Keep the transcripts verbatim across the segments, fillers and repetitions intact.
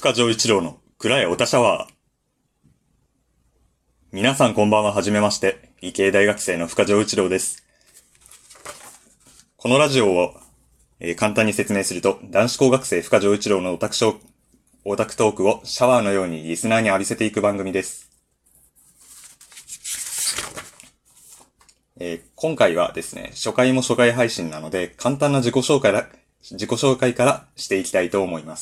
深城一郎の蔵へおたシャワー。皆さんこんばんは。はじめまして。理系大学生の深城一郎です。このラジオを、えー、簡単に説明すると、男子高学生深城一郎のオタクショー、オタクトークをシャワーのようにリスナーに浴びせていく番組です。えー、今回はですね、初回も初回配信なので、簡単な自己紹介ら、自己紹介からしていきたいと思います。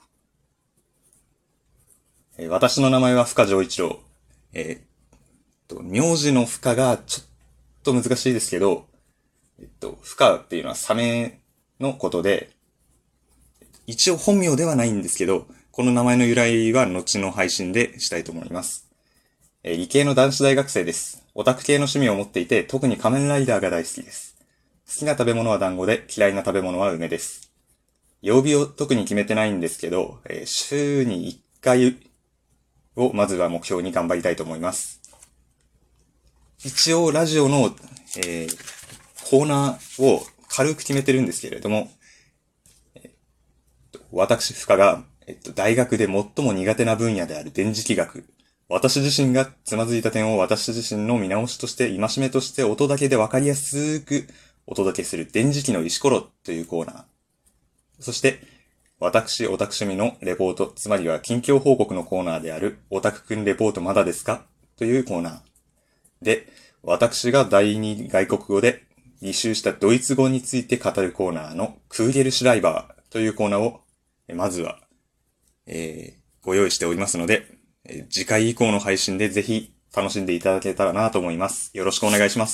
えー、私の名前は深城一郎。えー、と、名字の深がちょっと難しいですけど、えっと、深っていうのはサメのことで、一応本名ではないんですけど、この名前の由来は後の配信でしたいと思います。えー、理系の男子大学生です。オタク系の趣味を持っていて、特に仮面ライダーが大好きです。好きな食べ物は団子で、嫌いな食べ物は梅です。曜日を特に決めてないんですけど、えー、週にいっかいをまずは目標に頑張りたいと思います。一応ラジオの、えー、コーナーを軽く決めてるんですけれども、えー、私深が、えっと、大学で最も苦手な分野である電磁気学、私自身がつまずいた点を私自身の見直しとして戒めとして音だけでわかりやすくお届けする電磁気の石ころというコーナー。そして、私オタク趣味のレポート、つまりは近況報告のコーナーであるオタクくんレポートまだですかというコーナー。で、私が第二外国語で履修したドイツ語について語るコーナーのクーゲルシュライバーというコーナーを、まずは、えー、ご用意しておりますので、次回以降の配信でぜひ楽しんでいただけたらなと思います。よろしくお願いします。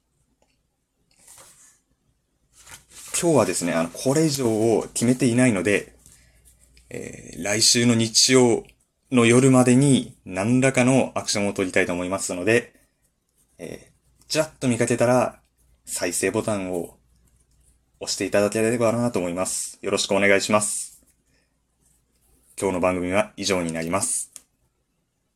今日はですね、あの、これ以上を決めていないので、えー、来週の日曜の夜までに何らかのアクションを取りたいと思いますので、えー、ちらっと見かけたら再生ボタンを押していただければなと思います。よろしくお願いします。今日の番組は以上になります。